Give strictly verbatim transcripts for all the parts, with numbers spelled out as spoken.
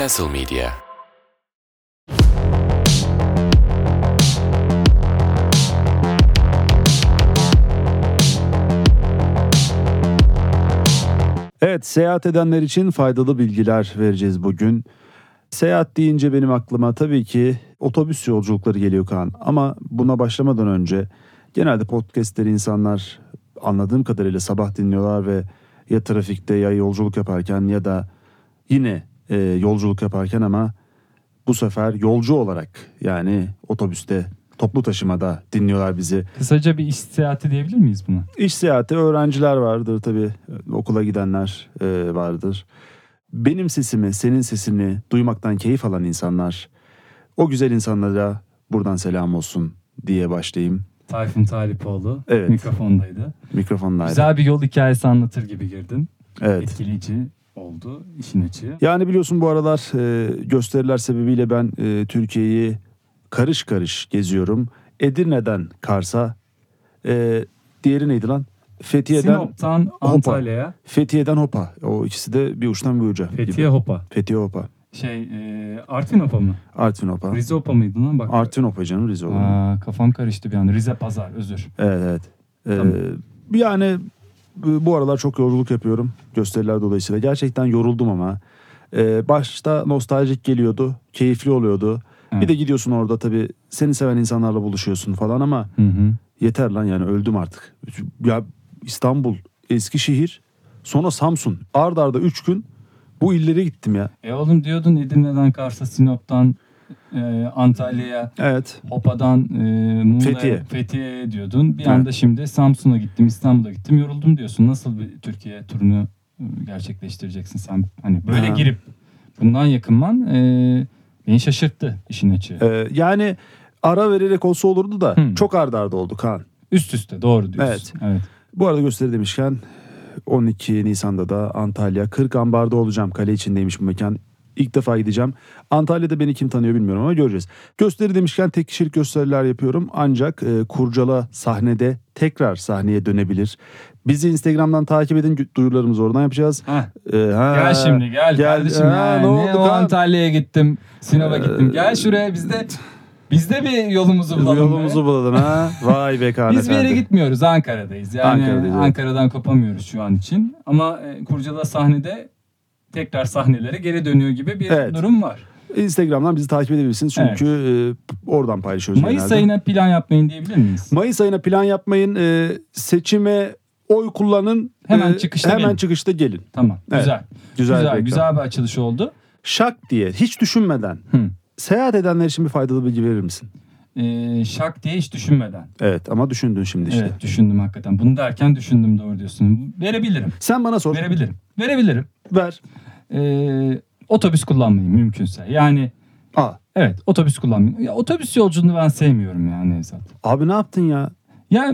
Castle Media. Evet, seyahat edenler için faydalı bilgiler vereceğiz bugün. Seyahat deyince benim aklıma tabii ki otobüs yolculukları geliyor Kaan. Ama buna başlamadan önce genelde podcastleri insanlar anladığım kadarıyla sabah dinliyorlar ve ya trafikte ya yolculuk yaparken ya da yine e, yolculuk yaparken ama bu sefer yolcu olarak yani otobüste, toplu taşımada dinliyorlar bizi. Kısaca bir iş seyahati diyebilir miyiz buna? İş seyahati öğrenciler vardır tabii, okula gidenler e, vardır. Benim sesimi, senin sesini duymaktan keyif alan insanlar, o güzel insanlara buradan selam olsun diye başlayayım. Tayfun Talipoğlu Evet. mikrofondaydı. Mikrofondaydı. Güzel bir yol hikayesi anlatır gibi girdin. Evet. Etkileyici oldu işin açığı. Yani biliyorsun bu aralar e, gösteriler sebebiyle ben e, Türkiye'yi karış karış geziyorum. Edirne'den Kars'a, e, diğeri neydi lan? Fethiye'den Sinop'tan Hopa. Antalya'ya. Fethiye'den Hopa. O ikisi de bir uçtan bir uca. Fethiye gibi. Hopa. Fethiye Hopa. Şey e, Artvin Hopa mı? Artvin Hopa. Rize Hopa mıydı lan? Bak. Artvin Hopa canım, Rize olur. Aa, kafam karıştı bir an. Rize Pazar, özür. Evet evet. Ee, Tamam. Yani bu aralar çok yolculuk yapıyorum gösteriler dolayısıyla. Gerçekten yoruldum ama. Ee, başta nostaljik geliyordu. Keyifli oluyordu. Evet. Bir de gidiyorsun orada tabii seni seven insanlarla buluşuyorsun falan ama Hı hı. yeter lan, yani öldüm artık. Ya İstanbul, Eskişehir, sonra Samsun. Ard arda üç gün bu illere gittim ya. E oğlum diyordun Edirne'den Kars'a, Sinop'tan e, Antalya'ya, Evet. Hopa'dan e, Muğla'ya, Fethiye. Fethiye'ye diyordun. Bir Evet. anda şimdi Samsun'a gittim, İstanbul'a gittim, yoruldum diyorsun. Nasıl bir Türkiye turunu e, gerçekleştireceksin sen? Hani böyle Ha. girip bundan yakınman e, beni şaşırttı işin açığı. Ee, yani ara vererek olsa olurdu da Hmm. çok ard arda oldu Kaan. Üst üste doğru diyorsun. Evet. Evet. Bu arada gösteri demişken on iki Nisan'da da Antalya Kırk Ambar'da olacağım. Kale içindeymiş bu mekan. İlk defa gideceğim. Antalya'da beni kim tanıyor bilmiyorum ama göreceğiz. Gösteri demişken tek kişilik gösteriler yapıyorum. Ancak e, Kurcala sahnede tekrar sahneye dönebilir. Bizi Instagram'dan takip edin. Duyurularımızı oradan yapacağız. Heh. Ee, ha, Gel şimdi gel, gel. kardeşim Ha, ya. ne Ne, oldu o Kaan? Antalya'ya gittim, Sinop'a Ee, gittim. Gel şuraya bizde bizde bir yolumuzu bulalım. Yolumuzu be. bulalım ha. Vay be Kaan Biz bir yere efendi. gitmiyoruz, Ankara'dayız. Yani Ankara'dayız, evet. Ankara'dan kopamıyoruz şu an için. Ama e, Kurcala sahnede tekrar sahnelere geri dönüyor gibi bir Evet. durum var. Instagram'dan bizi takip edebilirsiniz. Çünkü e, oradan paylaşıyoruz Mayıs genelde. ayına plan yapmayın diyebilir miyiz? Mayıs ayına plan yapmayın. E, seçime oy kullanın. Hemen E, çıkışta hemen gelin. çıkışta gelin. Tamam, Evet. güzel. Güzel, Güzel, bir güzel, reklam. bir açılış oldu. Şak diye hiç düşünmeden Hı. seyahat edenler için bir faydalı bilgi verir misin? Ee, şak diye hiç düşünmeden. Evet, ama düşündün şimdi işte. Evet, düşündüm hakikaten. Bunu derken düşündüm, doğru diyorsun. Verebilirim. Sen bana sor. Verebilirim. Verebilirim. Ver. Ee, otobüs kullanmayın mümkünse. Yani Aa, evet, otobüs kullanmayın. Ya, otobüs yolculuğunu ben sevmiyorum yani Nevzat. abi ne yaptın ya? Ya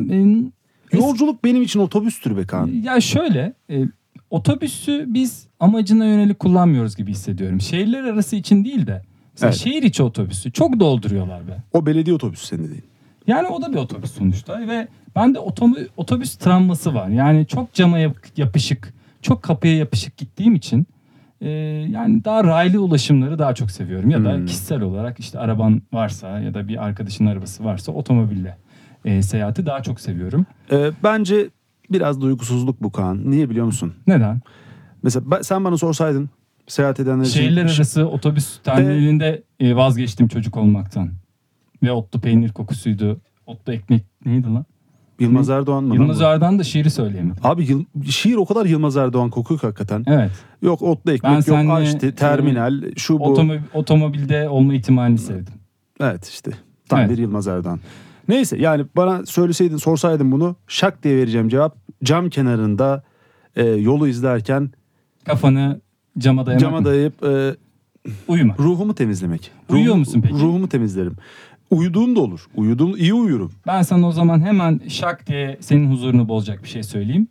e, Yolculuk benim için otobüstür be Kaan. Ya şöyle, e, otobüsü biz amacına yönelik kullanmıyoruz gibi hissediyorum. Şehirler arası için değil de mesela Evet. şehir içi otobüsü çok dolduruyorlar be. O belediye otobüsü senin değil. Yani o da bir otobüs sonuçta ve bende otobüs, otobüs travması var. Yani çok cama yap- yapışık, çok kapıya yapışık gittiğim için e, yani daha raylı ulaşımları daha çok seviyorum. Ya da Hmm. kişisel olarak işte araban varsa ya da bir arkadaşın arabası varsa otomobille e, seyahati daha çok seviyorum. Ee, bence biraz duygusuzluk bu Kaan. Niye biliyor musun? Neden? Mesela ben- sen bana sorsaydın seyahat edenler için... Şehirler arası otobüs terminalinde e, vazgeçtim çocuk olmaktan. Ve otlu peynir kokusuydu. Otlu ekmek neydi lan? Yılmaz Erdoğan mı? Yılmaz lan bu? Erdoğan da şiiri söyleyemedim. Abi Yıl- şiir o kadar Yılmaz Erdoğan kokuyor ki hakikaten. Evet. Yok otlu ekmek, Ben yok seninle, açtı, terminal, şu bu. Otomobil, otomobilde olma ihtimalini sevdim. Evet işte tam Evet. bir Yılmaz Erdoğan. Neyse, yani bana söyleseydin, sorsaydın bunu şak diye vereceğim cevap. Cam kenarında e, yolu izlerken Kafanı cama dayamak cama mı? dayayıp e, Uyuma. ruhumu temizlemek. Uyuyor Ruhumu- musun peki? Ruhumu temizlerim. Uyuduğum da olur. Uyuduğum iyi uyurum. Ben sana o zaman hemen şak diye senin huzurunu bozacak bir şey söyleyeyim.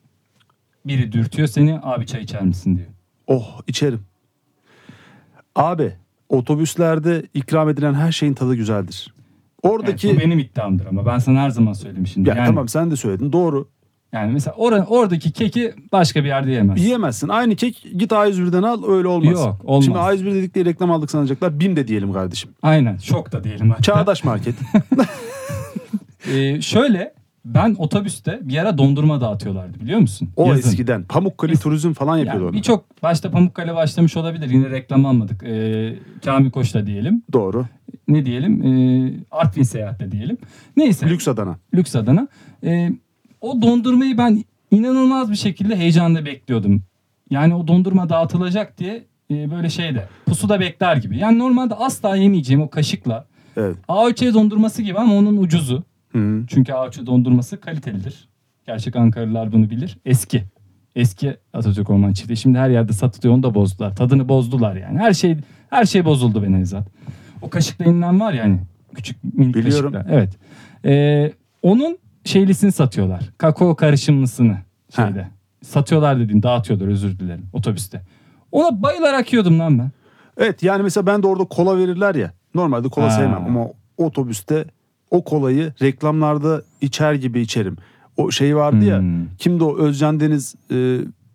Biri dürtüyor seni, abi çay içer misin diyor. Oh, içerim. Abi otobüslerde ikram edilen her şeyin tadı güzeldir. Oradaki Evet, bu benim iddiamdır ama ben sana her zaman söylemişimdir. ya yani, tamam sen de söyledin, doğru. Yani mesela or- oradaki keki başka bir yerde yemez. Yiyemezsin. Aynı kek git A yüz birden al, öyle olmaz. Yok, olmaz. Şimdi A yüz bir dedik diye reklam aldık sanacaklar. BİM de diyelim kardeşim. Aynen. Şok da diyelim hatta. Çağdaş market. Ee, şöyle ben otobüste bir ara dondurma dağıtıyorlardı biliyor musun? O Yazın. eskiden. Pamukkale Es- Turizm falan yapıyordu Yani onu. birçok başta Pamukkale başlamış olabilir. Yine reklam almadık. Ee, Kamil Koç'ta diyelim. Doğru. Ne diyelim? Ee, Artvin Seyahat'te diyelim. Neyse. Lüks Adana. Lüks Adana. Ee, o dondurmayı ben inanılmaz bir şekilde heyecanla bekliyordum. Yani o dondurma dağıtılacak diye e, böyle şeyde pusuda bekler gibi. Yani normalde asla yemeyeceğim o kaşıkla. Evet. A üç E dondurması gibi ama onun ucuzu. Hı. Çünkü A üç E dondurması kalitelidir. Gerçek Ankaralılar bunu bilir. Eski. Eski Atatürk Orman Çiftliği. Şimdi her yerde satılıyor. Onu da bozdular. Tadını bozdular yani. Her şey her şey bozuldu be Nevzat. O kaşıkla inilen var ya hani. Küçük minik Biliyorum. kaşıklar. Evet. Ee, onun şeylisini satıyorlar. Kakao karışımlısını şeyde. Ha. Satıyorlar dediğim dağıtıyorlar özür dilerim otobüste. Ona bayılarak yiyordum lan ben. Evet, yani mesela ben de orada kola verirler ya. Normalde kola Ha. sevmem ama otobüste o kolayı reklamlarda içer gibi içerim. O şey vardı ya. Hmm. Kimdi o? Özcan Deniz e,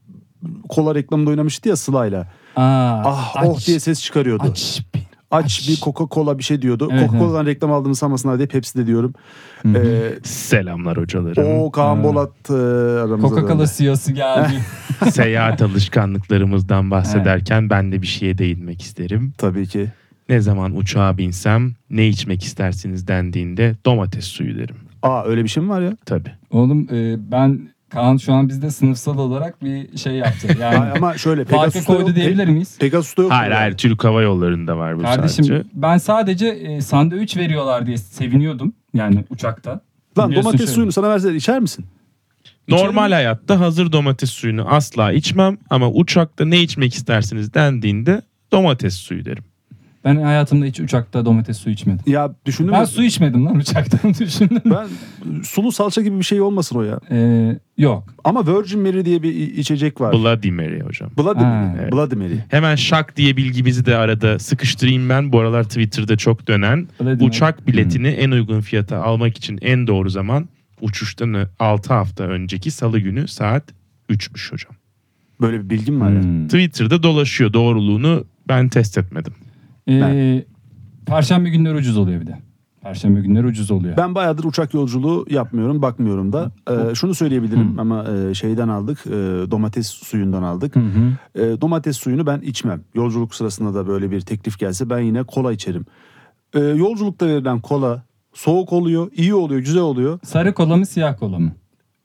kola reklamında oynamıştı ya Sıla'yla. Aa, Ah aç, oh diye ses çıkarıyordu. Aç, bir- Aç, aç. bir Coca-Cola bir şey diyordu. Evet, Coca-Cola'dan reklam aldığımı sanmasınlar diye Pepsi de diyorum. Hı hı. Ee, Selamlar hocalarım. o Kaan Ha. Bolat e, aramıza Coca-Cola döndü. C E O'su geldi. Seyahat alışkanlıklarımızdan bahsederken ben de bir şeye değinmek isterim. Tabii ki. Ne zaman uçağa binsem ne içmek istersiniz dendiğinde domates suyu derim. Aa, öyle bir şey mi var ya? Tabii. Oğlum e, ben Kaan şu an bizde sınıfsal olarak bir şey yaptı. Ay, Yani ama şöyle farkı Pegasus'ta yok. koydu diyebilir miyiz? Pegasus'ta yok. Hayır mu? hayır Türk Hava Yolları'nda var bu Kardeşim sadece. ben sadece e, sandviç veriyorlar diye seviniyordum. Yani uçakta. Lan Biliyorsun domates şöyle. suyunu sana verseler içer misin? Normal hayatta hazır domates suyunu asla içmem ama uçakta ne içmek istersiniz dendiğinde domates suyu derim. Ben hayatımda hiç uçakta domates suyu içmedim. Ya düşündün Ben mü? su içmedim lan uçakta düşündüm. Ben sulu salça gibi bir şey olmasın o ya. Ee, yok. Ama Virgin Mary diye bir i- içecek var. Bloody Mary hocam. Bloody Ha. Mary. Evet. Bloody Mary. Hemen şak diye bilgimizi de arada sıkıştırayım ben. Bu aralar Twitter'da çok dönen Bloody uçak Mary. biletini en uygun fiyata almak için en doğru zaman uçuştan altı hafta önceki salı günü saat üçmüş hocam. Böyle bir bilgim var ya. Hmm. Twitter'da dolaşıyor, doğruluğunu ben test etmedim. Ee, Perşembe günleri ucuz oluyor bir de. Perşembe günleri ucuz oluyor. Ben bayağıdır uçak yolculuğu yapmıyorum, bakmıyorum da. Ee, şunu söyleyebilirim Hı. ama e, şeyden aldık, e, domates suyundan aldık. Hı hı. E, domates suyunu ben içmem. Yolculuk sırasında da böyle bir teklif gelse ben yine kola içerim. E, yolculukta verilen kola soğuk oluyor, iyi oluyor, güzel oluyor. Sarı kola mı siyah kola mı?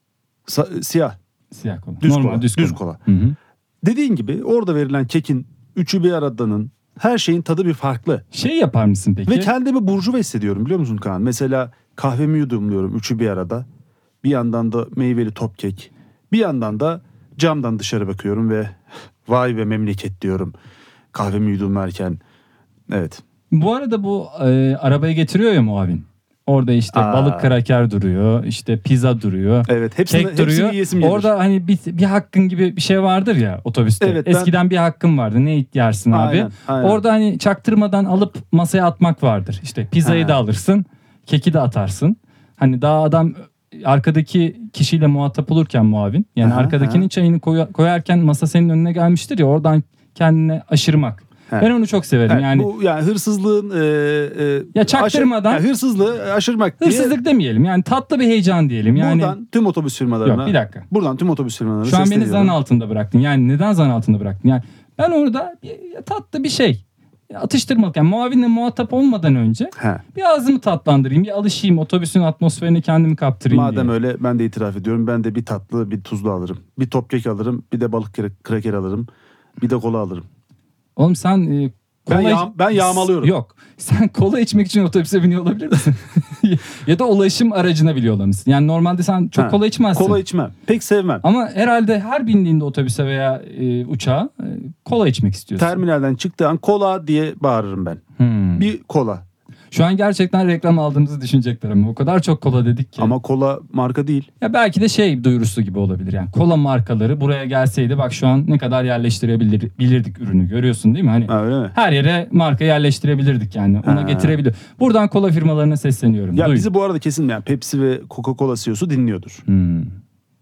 Sa- siyah, Siyah kola. düz Normal kola, düz düz kola. kola. Hı hı. Dediğin gibi orada verilen kekin üçü bir aradanın her şeyin tadı bir farklı. Şey yapar mısın peki? Ve kendimi burjuva hissediyorum biliyor musun Kaan? Mesela kahvemi yudumluyorum üçü bir arada. Bir yandan da meyveli top kek. Bir yandan da camdan dışarı bakıyorum ve vay be memleket diyorum. Kahvemi yudumlarken. Evet. Bu arada bu e, arabayı getiriyor ya muavin. Orada işte Aa. balık kraker duruyor, işte pizza duruyor, Evet. Hepsini, kek duruyor. hepsini yiyesim gelir. Orada hani bir, bir hakkın gibi bir şey vardır ya otobüste. Evet, ben- Eskiden bir hakkın vardı. Ne yersin abi? Aynen, aynen. Orada hani çaktırmadan alıp masaya atmak vardır. İşte pizzayı Ha. da alırsın, keki de atarsın. Hani daha adam arkadaki kişiyle muhatap olurken muavin. Yani Aha, arkadakinin aha. çayını koy- koyarken masa senin önüne gelmiştir ya oradan kendine aşırmak. He. Ben onu çok severim. Evet, yani bu yani hırsızlığın e, e, Ya çaktırmadan- aşır- yani hırsızlığı aşırmak diye hırsızlık demeyelim. Yani tatlı bir heyecan diyelim. Yani buradan tüm otobüs firmalarına Yok, bir dakika. buradan tüm otobüs firmalarına Şu an beni sesleniyorum. zan altında bıraktın. Yani neden zan altında bıraktın? Yani ben orada bir, tatlı bir şey atıştırmalık. Yani muavinle muhatap olmadan önce He. bir ağzımı tatlandırayım, bir alışayım, otobüsün atmosferine kendimi kaptırayım Madem diye. öyle ben de itiraf ediyorum. Ben de bir tatlı bir tuzlu alırım. Bir top kek alırım. Bir de balık kre- kraker alırım. Bir de kola alırım. Oğlum sen e, Ben kola yağ- ben yağmalıyorum. Yok. Sen kola içmek için otobüse biniyor olabilir misin? Ya da ulaşım aracına biliyor olabilirsin. Yani normalde sen çok Ha, kola içmezsin. Kola içmem. Pek sevmem. Ama herhalde her bindiğinde otobüse veya e, uçağa e, kola içmek istiyorsun. Terminalden çıktığı an kola diye bağırırım ben. Hmm. Bir kola. Şu an gerçekten reklam aldığımızı düşünecekler ama o kadar çok kola dedik ki. Ama kola marka değil. Ya belki de şey duyurusu gibi olabilir yani. Kola markaları buraya gelseydi bak şu an ne kadar yerleştirebilir bilirdik ürünü. Görüyorsun değil mi? Hani Ha, öyle mi? her yere marka yerleştirebilirdik yani. Ona Ha. getirebilir. Buradan kola firmalarına sesleniyorum. Ya Duyun. bizi bu arada kesin yani Pepsi ve Coca-Cola C E O'su dinliyordur. Hmm.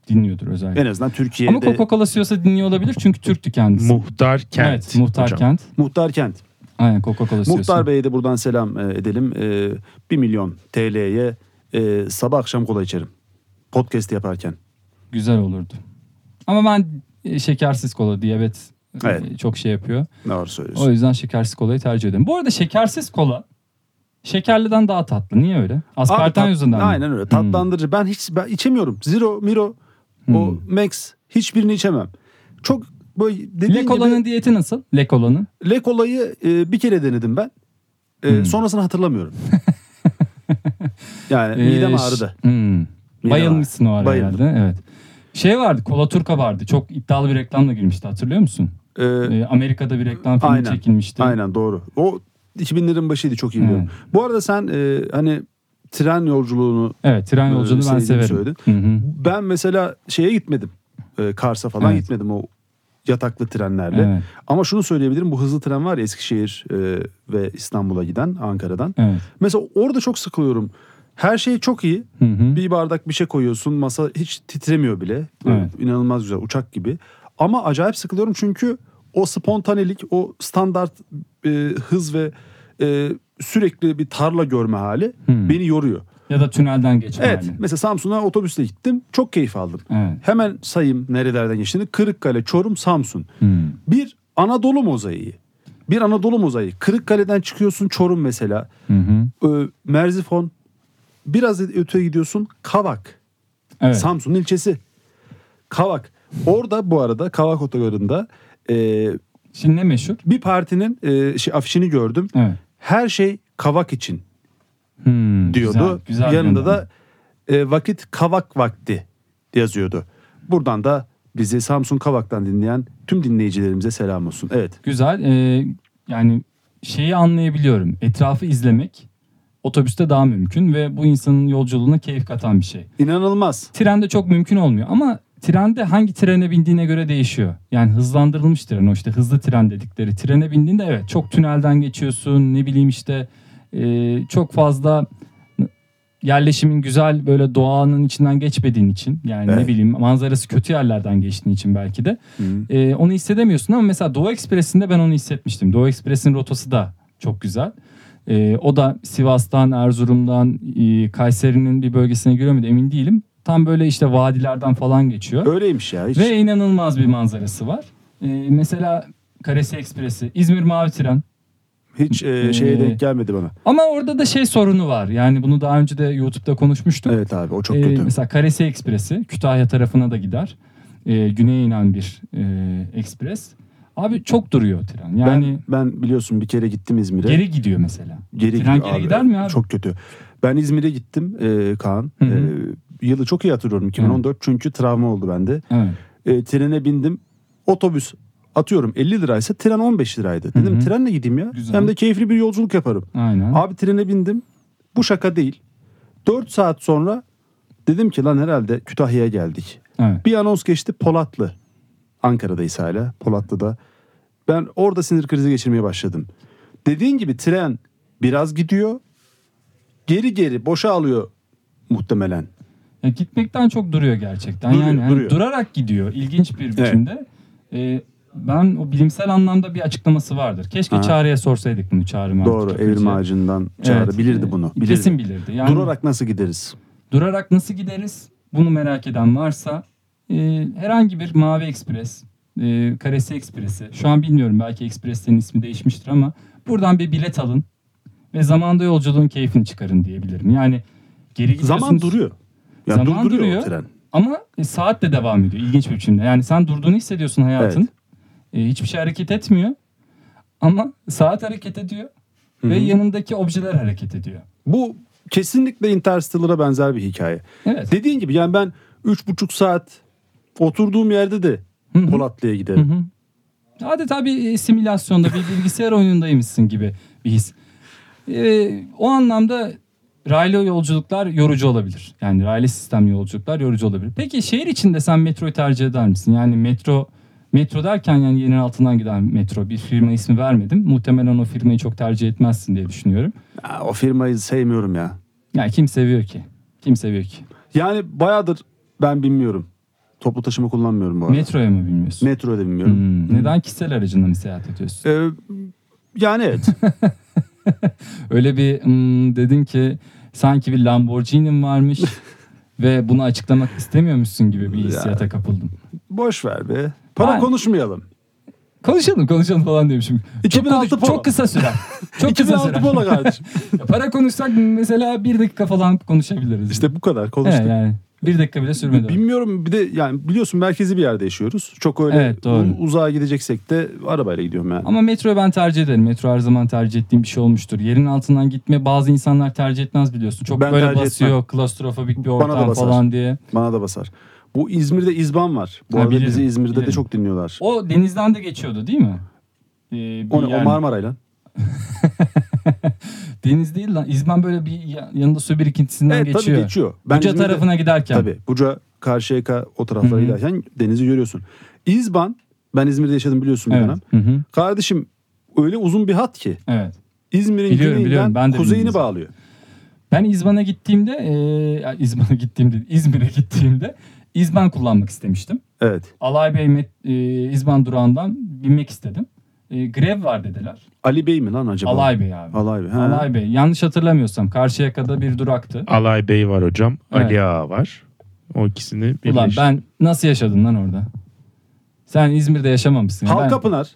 dinliyordur özellikle. En azından Türkiye'de. Ama Coca-Cola C E O'su dinliyor olabilir çünkü Türktü kendisi. Muhtar Kent. Evet, Muhtar hocam. Kent. Muhtar Kent. Aynen Coca-Cola C E O'su. Muhtar Bey'e de buradan selam e, edelim. E, bir milyon T L'ye e, sabah akşam kola içerim. Podcast yaparken. Güzel olurdu. Ama ben e, şekersiz kola, diyabet e, Evet. çok şey yapıyor. Doğru söylüyorsun. O yüzden şekersiz kolayı tercih ederim. Bu arada şekersiz kola şekerliden daha tatlı. Niye öyle? Abi Aspartam tat- yüzünden mi? Aynen öyle. Tatlandırıcı. Ben hiç ben içemiyorum. Zero, Miro, o Hmm. Max hiçbirini içemem. Çok böyle dediğin Le Cola'nın gibi diyeti nasıl? Le Cola'nın. Le Cola'yı e, bir kere denedim ben. E, Hmm. Sonrasını hatırlamıyorum. Yani midem Ee, ağrıdı. Hmm. Midem Bayılmışsın o ara Bayıldım. herhalde. Evet. Şey vardı, Kola Turka vardı. Çok iddialı bir reklamla girmişti, hatırlıyor musun? Ee, Ee, Amerika'da bir reklam filmi aynen, çekilmişti. Aynen doğru. O iki binlerin başıydı, çok iyi biliyorum. Evet. Bu arada sen e, hani tren yolculuğunu Evet, tren Ee, yolculuğunu ben sevdiğini severim. söyledin. Hı hı. ben mesela şeye gitmedim. E, Kars'a falan Evet. gitmedim o yataklı trenlerle. Evet, Ama şunu söyleyebilirim, bu hızlı tren var ya Eskişehir e, ve İstanbul'a giden Ankara'dan. evet. Mesela orada çok sıkılıyorum. Her şey çok iyi. Hı hı. Bir bardak bir şey koyuyorsun, masa hiç titremiyor bile. Böyle Evet. İnanılmaz güzel, uçak gibi. Ama acayip sıkılıyorum çünkü o spontanelik, o standart e, hız ve e, sürekli bir tarla görme hali Hmm. beni yoruyor. Ya da tünelden geçme Evet, hali. mesela Samsun'a otobüsle gittim. Çok keyif aldım. Evet. Hemen sayayım nerelerden geçtiğini. Kırıkkale, Çorum, Samsun. Hmm. Bir Anadolu mozaiği. Bir Anadolu mozaiği. Kırıkkale'den çıkıyorsun, Çorum mesela. Hı hı. Ö, Merzifon. Biraz öteye gidiyorsun, Kavak. Evet. Samsun'un ilçesi. Kavak. Orada bu arada Kavak otogarında e, Şimdi ne meşhur? bir partinin e, şey, afişini gördüm. Evet. Her şey Kavak için Hmm, diyordu. Güzel, güzel Yanında gönderme. da e, vakit Kavak vakti yazıyordu. Buradan da bizi Samsun Kavak'tan dinleyen tüm dinleyicilerimize selam olsun. Evet. Güzel. Ee, yani şeyi anlayabiliyorum. Etrafı izlemek otobüste daha mümkün ve bu insanın yolculuğuna keyif katan bir şey. İnanılmaz. Trende çok mümkün olmuyor ama trende hangi trene bindiğine göre değişiyor. Yani hızlandırılmış tren, o işte hızlı tren dedikleri trene bindiğinde evet çok tünelden geçiyorsun, ne bileyim işte e, çok fazla yerleşimin güzel böyle doğanın içinden geçmediğin için, yani Evet. ne bileyim manzarası kötü yerlerden geçtiğin için belki de Hı. e, onu hissedemiyorsun ama mesela Doğu Ekspresi'nde ben onu hissetmiştim. Doğu Ekspresi'nin rotası da çok güzel. E, o da Sivas'tan, Erzurum'dan, e, Kayseri'nin bir bölgesine giriyor muydu emin değilim. Tam böyle işte vadilerden falan geçiyor. Öyleymiş ya. Hiç. Ve inanılmaz bir manzarası var. E, mesela Karesi Ekspresi, İzmir Mavi Tren. Hiç e, şeye Ee, denk gelmedi bana. Ama orada da şey sorunu var. Yani bunu daha önce de YouTube'da konuşmuştuk. Evet abi, o çok Ee, kötü. Mesela Karesi Ekspresi Kütahya tarafına da gider. Ee, güneye inen bir e, ekspres. Abi çok duruyor tren. Yani ben, ben biliyorsun bir kere gittim İzmir'e. geri gidiyor mesela. Geri Tren gidiyor geri gider mi abi? Çok kötü. Ben İzmir'e gittim e, Kaan. Hı hı. E, yılı çok iyi hatırlıyorum, iki bin on dört. Çünkü travma oldu bende. Evet. E, trene bindim. Otobüs atıyorum elli liraysa tren on beş liraydı. Dedim Hı hı. trenle gideyim ya. Güzel. Hem de keyifli bir yolculuk yaparım. Aynen. Abi trene bindim. Bu şaka değil. dört saat sonra dedim ki lan herhalde Kütahya'ya geldik. Evet. Bir anons geçti, Polatlı. Ankara'dayız hala, Polatlı'da. Ben orada sinir krizi geçirmeye başladım. Dediğin gibi tren biraz gidiyor. Geri geri boşa alıyor muhtemelen. Ya gitmekten çok duruyor gerçekten. Duruyor, yani hani duruyor. durarak gidiyor. İlginç bir biçimde. Ee, ben o bilimsel anlamda bir açıklaması vardır. Keşke Ha. Çağrı'ya sorsaydık bunu, Çağrı Mert Doğru, Köprücü'ye. evrim ağacından Çağrı Evet, bilirdi e, bunu. Bilirdi. Kesin bilirdi. Yani Durarak nasıl gideriz? Durarak nasıl gideriz? Bunu merak eden varsa e, herhangi bir Mavi Ekspres, e, Karesi Ekspresi. Şu an bilmiyorum, belki ekspreslerin ismi değişmiştir ama buradan bir bilet alın ve zamanda yolculuğun keyfini çıkarın diyebilirim. Yani geri gidiyorsunuz. Zaman duruyor. Ya Zaman durduruyor duruyor. o tren. Ama e, saat de devam ediyor ilginç bir biçimde. Yani sen durduğunu hissediyorsun hayatın. E, hiçbir şey hareket etmiyor. Ama saat hareket ediyor. Hı Ve hı. yanındaki objeler hareket ediyor. Bu kesinlikle Interstellar'a benzer bir hikaye. Evet. Dediğin gibi yani ben üç buçuk saat oturduğum yerde de Hı hı. Polatlı'ya Hı giderim. hı. Adeta bir e, simülasyonda, bir bilgisayar oyunundaymışsın gibi bir his. E, o anlamda raylı yolculuklar yorucu olabilir. Yani raylı sistem yolculuklar yorucu olabilir. Peki şehir içinde sen metroyu tercih eder misin? Yani metro metro derken yani yerin altından giden metro, bir firma ismi vermedim. Muhtemelen o firmayı çok tercih etmezsin diye düşünüyorum. Ya, o firmayı sevmiyorum ya. Yani kim seviyor ki? Kim seviyor ki? Yani bayağıdır ben bilmiyorum. Toplu taşıma kullanmıyorum bu arada. Metroya mı bilmiyorsun? Metroya da bilmiyorum. Hmm, Neden kişisel aracınla mı seyahat ediyorsun? Ee, yani evet. Öyle bir hmm, dedin ki sanki bir Lamborghini'm varmış ve bunu açıklamak istemiyormuşsun gibi bir hissiyata Ya. kapıldım. Boş ver be. Para Ben- konuşmayalım. Konuşalım konuşalım falan diyormuşum. Çok, iki bin altı konuş- Polo. çok kısa sürer. Çok iki bin kısa altı sürer. Polo kardeşim. Ya para konuşsak mesela bir dakika falan konuşabiliriz. İşte bu kadar He, konuştuk. yani bir dakika bile sürmedi. Bilmiyorum, bir de yani biliyorsun merkezi bir yerde yaşıyoruz. Çok öyle Evet, doğru. u- uzağa gideceksek de arabayla gidiyorum yani. Ama metroyu ben tercih ederim. Metro her zaman tercih ettiğim bir şey olmuştur. Yerin altından gitme bazı insanlar tercih etmez biliyorsun. Çok Ben böyle tercih basıyor, etmem. klostrofobik bir Bana da ortam basar. falan diye. Bana da basar. Bu İzmir'de İzban var. Bu Ha, arada bilirim, bizi İzmir'de de bilirim. çok dinliyorlar. O denizden de geçiyordu değil mi? Ee, bir O, ne, o yer- Marmaray'la. Deniz değil lan. İzban böyle bir ya- yanında su birikintisinden Evet geçiyor. tabii geçiyor. Ben Buca İzmir'de- tarafına giderken. Tabii. Buca, Karşıyaka o taraflara Hı hı. giderken denizi görüyorsun. İzban, ben İzmir'de yaşadım biliyorsun bir Evet. dönem. Hı hı. Kardeşim öyle uzun bir hat ki Evet. İzmir'in Biliyorum, güneyinden biliyorum. Ben de kuzeyini bilmiyorum. bağlıyor. Ben İzban'a gittiğimde, e, İzban'a gittiğimde, İzmir'e gittiğimde İzban kullanmak istemiştim. Evet. Alay Bey met- e, İzban durağından binmek istedim. E, grev var dediler. Ali Bey mi lan acaba? Alay Bey abi. Alay Bey. Ha. Alay Bey. Yanlış hatırlamıyorsam Karşıyaka'da bir duraktı. Alay Bey var hocam. Evet. Ali Ağa var. O ikisini birleştir. Ulan ben nasıl yaşadım lan orada? Sen İzmir'de yaşamamışsın. ya. Ben- Halkapınar,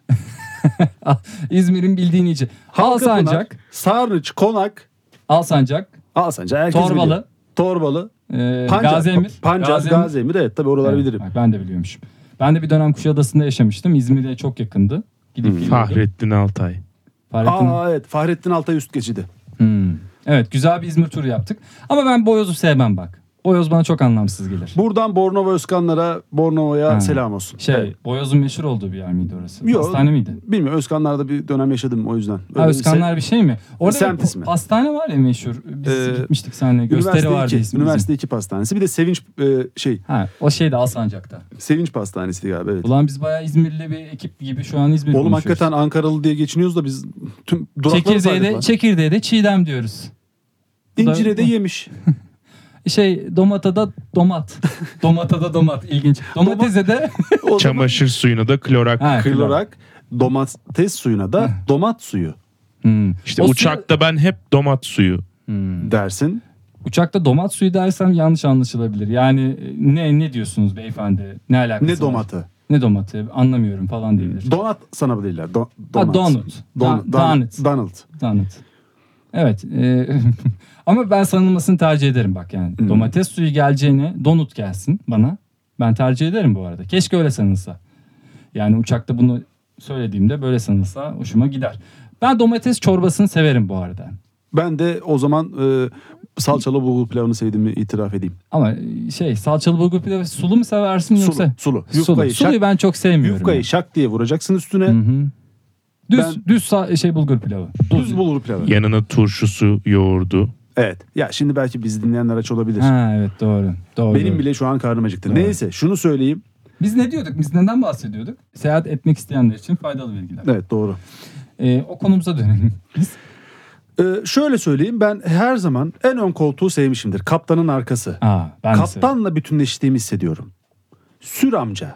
İzmir'in bildiğini için. Halkapınar, Alsancak, Sarnıç, Konak, Alsancak, Alsancak herkes biliyor. Torbalı, Torbalı, e, Pancar, Gaziemir. Pancar, Gaziemir. Gaziemir. Evet tabii oraları Evet, bilirim. bak ben de biliyormuşum. Ben de bir dönem Kuşadası'nda yaşamıştım. İzmir'e çok yakındı. Gidip Hmm. geliyordum. Fahrettin Altay. Fahrettin. Aa evet, Fahrettin Altay üst geçidi. Hmm. Evet, güzel bir İzmir turu yaptık. Ama ben Boyoz'u sevmem bak. Boyoz bana çok anlamsız gelir. Buradan Bornova Özkanlara, Bornova'ya Ha. selam olsun. Şey, Evet. Boyoz'un meşhur olduğu bir yer miydi orası? Yok. Hastane miydi? Bilmiyorum, Özkanlar'da bir dönem yaşadım o yüzden. Ha, Öyle Özkanlar bir şey mi? Orada Semt bir ismi. hastane var ya meşhur. Biz Ee, gitmiştik seninle. se- Gösteri Üniversite vardı iki, ismi bizim. Üniversite iki pastanesi. Bir de Sevinç e, şey, Ha, o şeydi Alsancak'ta. Sevinç Pastanesi galiba evet. Ulan biz bayağı İzmirli bir ekip gibi şu an İzmir Oğlum konuşuyoruz. hakikaten Ankaralı diye geçiniyoruz da biz tüm durakları Çekirdeğe saydık de, lan. çekirdeğe de Çiğdem diyoruz. Bu da- İncire de yemiş. Şey domatada domat. domatada domat ilginç. Domatese de O zaman Çamaşır suyuna da klorak. Ha, klorak, domates suyuna da domat suyu Hmm. İşte O su- uçakta ben hep domat suyu. Hmm. dersin. Uçakta domat suyu dersem yanlış anlaşılabilir. Yani e, ne ne diyorsunuz beyefendi? Ne alakası Ne var? domatı? Ne domatı? Anlamıyorum falan diyebilir. Donat sana mı değiller? Do, Ha, donat. donut. Don- Da- don- donut. Donald. Donut. Evet. e, ama ben sanılmasını tercih ederim bak yani. Hmm. Domates suyu geleceğine donut gelsin bana. Ben tercih ederim bu arada. Keşke öyle sanılsa. Yani uçakta bunu söylediğimde böyle sanılsa hoşuma gider. Ben domates çorbasını severim bu arada. Ben de o zaman e, salçalı bulgur pilavını sevdiğimi itiraf edeyim. Ama şey salçalı bulgur pilavı sulu mu seversin yoksa? Sulu. Sulu. Sulu. Yufkayı, Suluyu şak, ben çok sevmiyorum. yufkayı yani. şak diye vuracaksın üstüne. Hı hı. Düz Ben- düz sa- şey bulgur pilavı. Düz bulgur pilavı. Yanına turşusu, yoğurdu. Evet. Ya şimdi belki bizi dinleyenler aç olabilir. Ha evet doğru. Doğru. Benim doğru. bile şu an karnım acıktı. Doğru. Neyse şunu söyleyeyim. Biz ne diyorduk? Biz neden bahsediyorduk? Seyahat etmek isteyenler için faydalı bilgiler. Evet doğru. Ee, o konumuza dönelim. Biz Ee, şöyle söyleyeyim, ben her zaman en ön koltuğu sevmişimdir. Kaptanın arkası. Aa, ben de severim. Kaptanla bütünleştiğimi hissediyorum. Sür amca.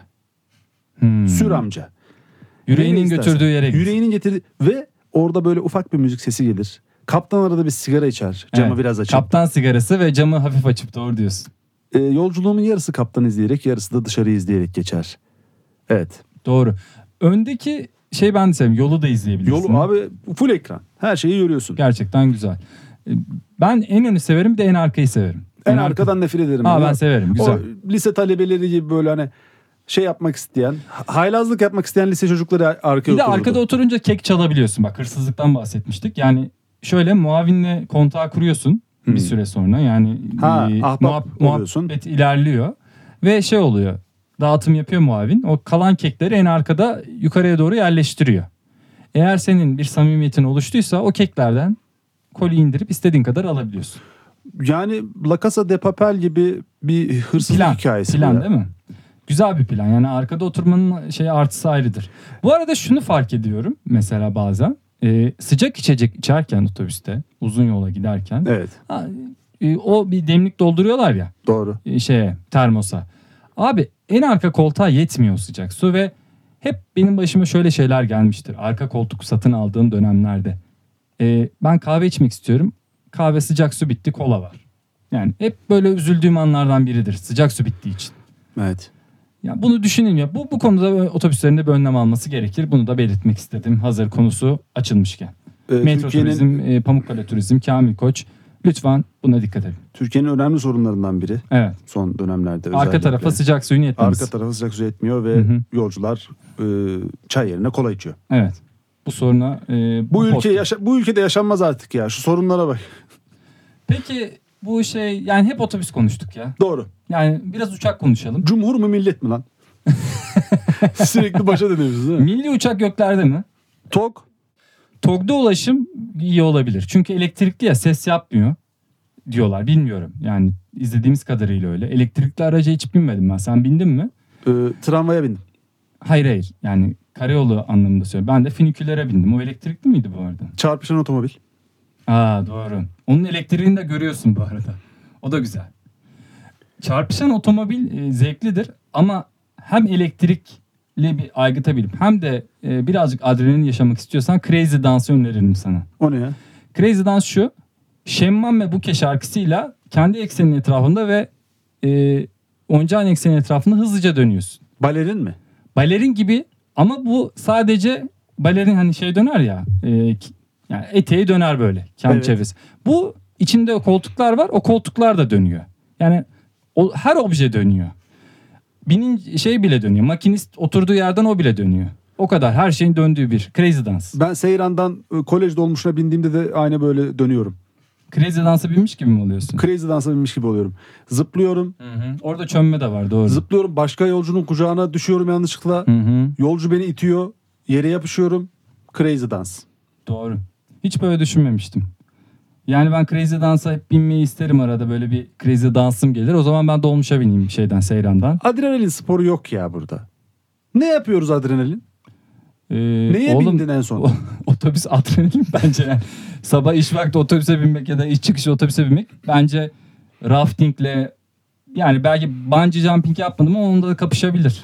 Hmm. Sür amca. Yüreğinin Nereye istersen. götürdüğü yere git. Yüreğinin getirdiği ve orada böyle ufak bir müzik sesi gelir. Kaptan arada bir sigara içer. Camı Evet. biraz açıp. Kaptan sigarası ve camı hafif açıp doğru diyorsun. Ee, yolculuğumun yarısı kaptan izleyerek, yarısı da dışarıyı izleyerek geçer. Evet. Doğru. Öndeki şey ben de seviyorum. Yolu da izleyebilirsin. Yolu abi full ekran. Her şeyi görüyorsun. Gerçekten güzel. Ee, Ben en önü severim bir de en arkayı severim. En arka- arkadan nefret ederim. Aa, Yani. ben severim. Güzel. O lise talebeleri gibi böyle hani şey yapmak isteyen, haylazlık yapmak isteyen lise çocukları arkaya Bir de otururdu. arkada oturunca kek çalabiliyorsun. Bak hırsızlıktan bahsetmiştik. Yani şöyle muavinle kontağı kuruyorsun bir Hmm. süre sonra. Yani Ha, e, ahbap muhab- oluyorsun. muhabbet ilerliyor. Ve şey oluyor. Dağıtım yapıyor muavin. O kalan kekleri en arkada yukarıya doğru yerleştiriyor. Eğer senin bir samimiyetin oluştuysa o keklerden koli indirip istediğin kadar alabiliyorsun. Yani La Casa de Papel gibi bir hırsızlık Plan, hikayesi. bu plan ya. değil mi? Güzel bir plan. Yani arkada oturmanın şey artısı ayrıdır. Bu arada şunu fark ediyorum mesela bazen. Ee, sıcak içecek içerken otobüste uzun yola giderken Evet, ha, e, o bir demlik dolduruyorlar ya doğru. e, şeye termosa. Abi en arka koltuğa yetmiyor o sıcak su ve hep benim başıma şöyle şeyler gelmiştir. Arka koltuk satın aldığım dönemlerde. Ee, ben kahve içmek istiyorum. Kahve sıcak su bitti, kola var. Yani hep böyle üzüldüğüm anlardan biridir. Sıcak su bittiği için. Evet. Yani bunu düşünün ya. Bu, bu konuda otobüslerinde bir önlem alması gerekir. Bunu da belirtmek istedim. Hazır konusu açılmışken. Ee, Metro Türkiye'nin, Turizm, e, Pamukkale Turizm, Kamil Koç. Lütfen buna dikkat edin. Türkiye'nin önemli sorunlarından biri Evet. son dönemlerde. Arka özellikle. tarafa sıcak suyun yetmemesi. Arka tarafa sıcak su yetmiyor ve Hı hı. yolcular e, çay yerine kola içiyor. Evet. Bu soruna e, Bu bu ülke podcast- yaşa- bu ülkede yaşanmaz artık ya. Şu sorunlara bak. Peki bu şey yani hep otobüs konuştuk ya. Doğru. Yani biraz uçak konuşalım. Cumhur mu millet mi lan? Sürekli başa dönüyoruz değil mi? Milli uçak göklerde mi? Tok. TOG'da ulaşım iyi olabilir. Çünkü elektrikli ya, ses yapmıyor diyorlar. Bilmiyorum. Yani izlediğimiz kadarıyla öyle. Elektrikli araca hiç binmedim ben. Sen bindin mi? E, tramvaya bindim. Hayır hayır. Yani karayolu anlamında söylüyorum. Ben de finikülere bindim. O elektrikli miydi bu arada? Çarpışan otomobil. Aa doğru. Onun elektriğini de görüyorsun bu arada. O da güzel. Çarpışan otomobil e, zevklidir ama hem elektrikli bir aygıta binip hem de e, birazcık adrenalin yaşamak istiyorsan Crazy Dance'ı öneririm sana. O ne ya? Crazy Dance şu. Şemman ve Buke şarkısıyla kendi eksenin etrafında ve e, oyuncağın eksenin etrafında hızlıca dönüyorsun. Balerin mi? Balerin gibi ama bu sadece balerin hani şey döner ya e, ki- yani eteği döner böyle kendi Evet. çevresi. Bu içinde o koltuklar var, o koltuklar da dönüyor. Yani o, her obje dönüyor. Binin şey bile dönüyor. Makinist oturduğu yerden o bile dönüyor. O kadar her şeyin döndüğü bir Crazy Dance. Ben Seyran'dan e, kolej dolmuşuna bindiğimde de aynı böyle dönüyorum. Crazy Dance'a binmiş gibi mi oluyorsun? Crazy Dance'a binmiş gibi oluyorum. Zıplıyorum. Hı hı. Orada çömme de var doğru. Zıplıyorum. Başka yolcunun kucağına düşüyorum yanlışlıkla. Hı hı. Yolcu beni itiyor. Yere yapışıyorum. Crazy Dance. Doğru. Hiç böyle düşünmemiştim. Yani ben Crazy Dance'a hep binmeyi isterim arada, böyle bir Crazy Dance'ım gelir. O zaman ben dolmuşa bineyim şeyden, Seyran'dan. Adrenalin sporu yok ya burada. Ne yapıyoruz adrenalin? Ee, Neye oğlum, bindin en son? o- otobüs adrenalin bence yani. Sabah iş vakti otobüse binmek ya da iş çıkışı otobüse binmek bence raftingle, yani belki bungee jumping yapmadım ama onda da kapışabilir.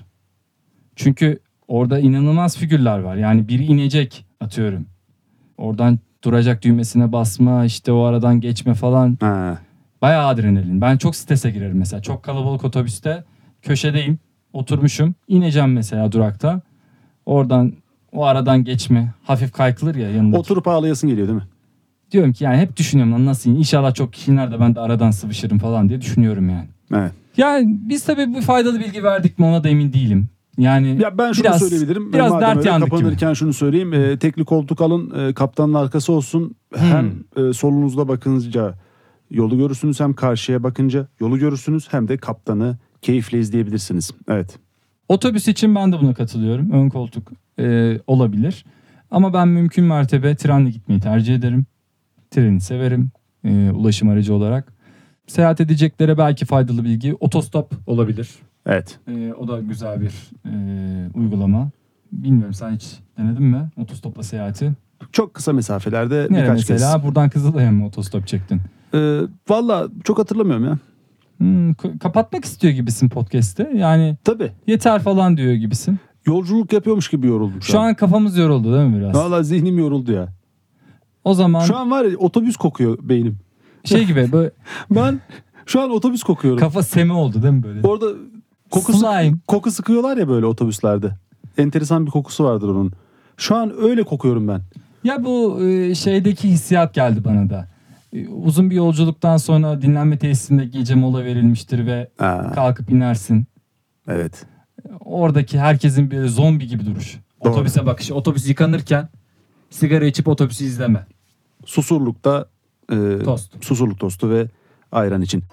Çünkü orada inanılmaz figürler var. Yani biri inecek atıyorum. Oradan duracak, düğmesine basma, işte o aradan geçme falan. Ha. Bayağı adrenalin. Ben çok strese girerim mesela. Çok kalabalık otobüste köşedeyim. Oturmuşum. İneceğim mesela durakta. Oradan o aradan geçme. Hafif kaykılır ya yanındaki. Oturup ağlayasın geliyor değil mi? Diyorum ki yani hep düşünüyorum lan nasıl in? İnşallah çok kişi iner de ben de aradan sıvışırım falan diye düşünüyorum yani. Evet. Yani biz tabii bu faydalı bilgi verdik mi ona da emin değilim. Yani Ya ben şunu biraz, söyleyebilirim. Biraz Madem dert öyle yandık gibi. kapanırken şunu söyleyeyim. E, tekli koltuk alın. E, kaptanın arkası olsun. Hem e, solunuzda bakınca yolu görürsünüz, hem karşıya bakınca yolu görürsünüz, hem de kaptanı keyifle izleyebilirsiniz. Evet. Otobüs için ben de buna katılıyorum. Ön koltuk e, olabilir. Ama ben mümkün mertebe trenle gitmeyi tercih ederim. Treni severim e, ulaşım aracı olarak. Seyahat edeceklere belki faydalı bilgi otostop olabilir. Evet. E, o da güzel bir e, uygulama. Bilmiyorum, sen hiç denedin mi otostopla seyahati? Çok kısa mesafelerde Nereye birkaç mesela? kez. Buradan Kızılay'a mı otostop çektin? E, Valla çok hatırlamıyorum ya. Hmm, k- kapatmak istiyor gibisin podcast'i. Yani Tabii. yeter falan diyor gibisin. Yolculuk yapıyormuş gibi yoruldum şu, Şu an kafamız yoruldu değil mi biraz? Valla zihnim yoruldu ya. O zaman Şu an var ya, otobüs kokuyor beynim. şey gibi böyle Ben şu an otobüs kokuyorum. kafa semi oldu değil mi böyle? Orada koku, Slime. sık- koku sıkıyorlar ya böyle otobüslerde. Enteresan bir kokusu vardır onun. Şu an öyle kokuyorum ben. Ya bu e, şeydeki hissiyat geldi bana da. E, Uzun bir yolculuktan sonra dinlenme tesisinde gece mola verilmiştir ve Ha, kalkıp inersin. evet. Oradaki herkesin bir zombi gibi duruş. Doğru. Otobüse bakışı. Otobüs yıkanırken sigara içip otobüsü izleme. Susurlukta e, Tost. Susurluk tostu ve ayran için.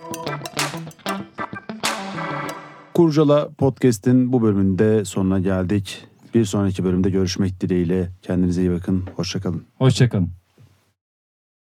Kurcala Podcast'in bu bölümünde sonuna geldik. Bir sonraki bölümde görüşmek dileğiyle. Kendinize iyi bakın. Hoşça kalın. Hoşçakalın.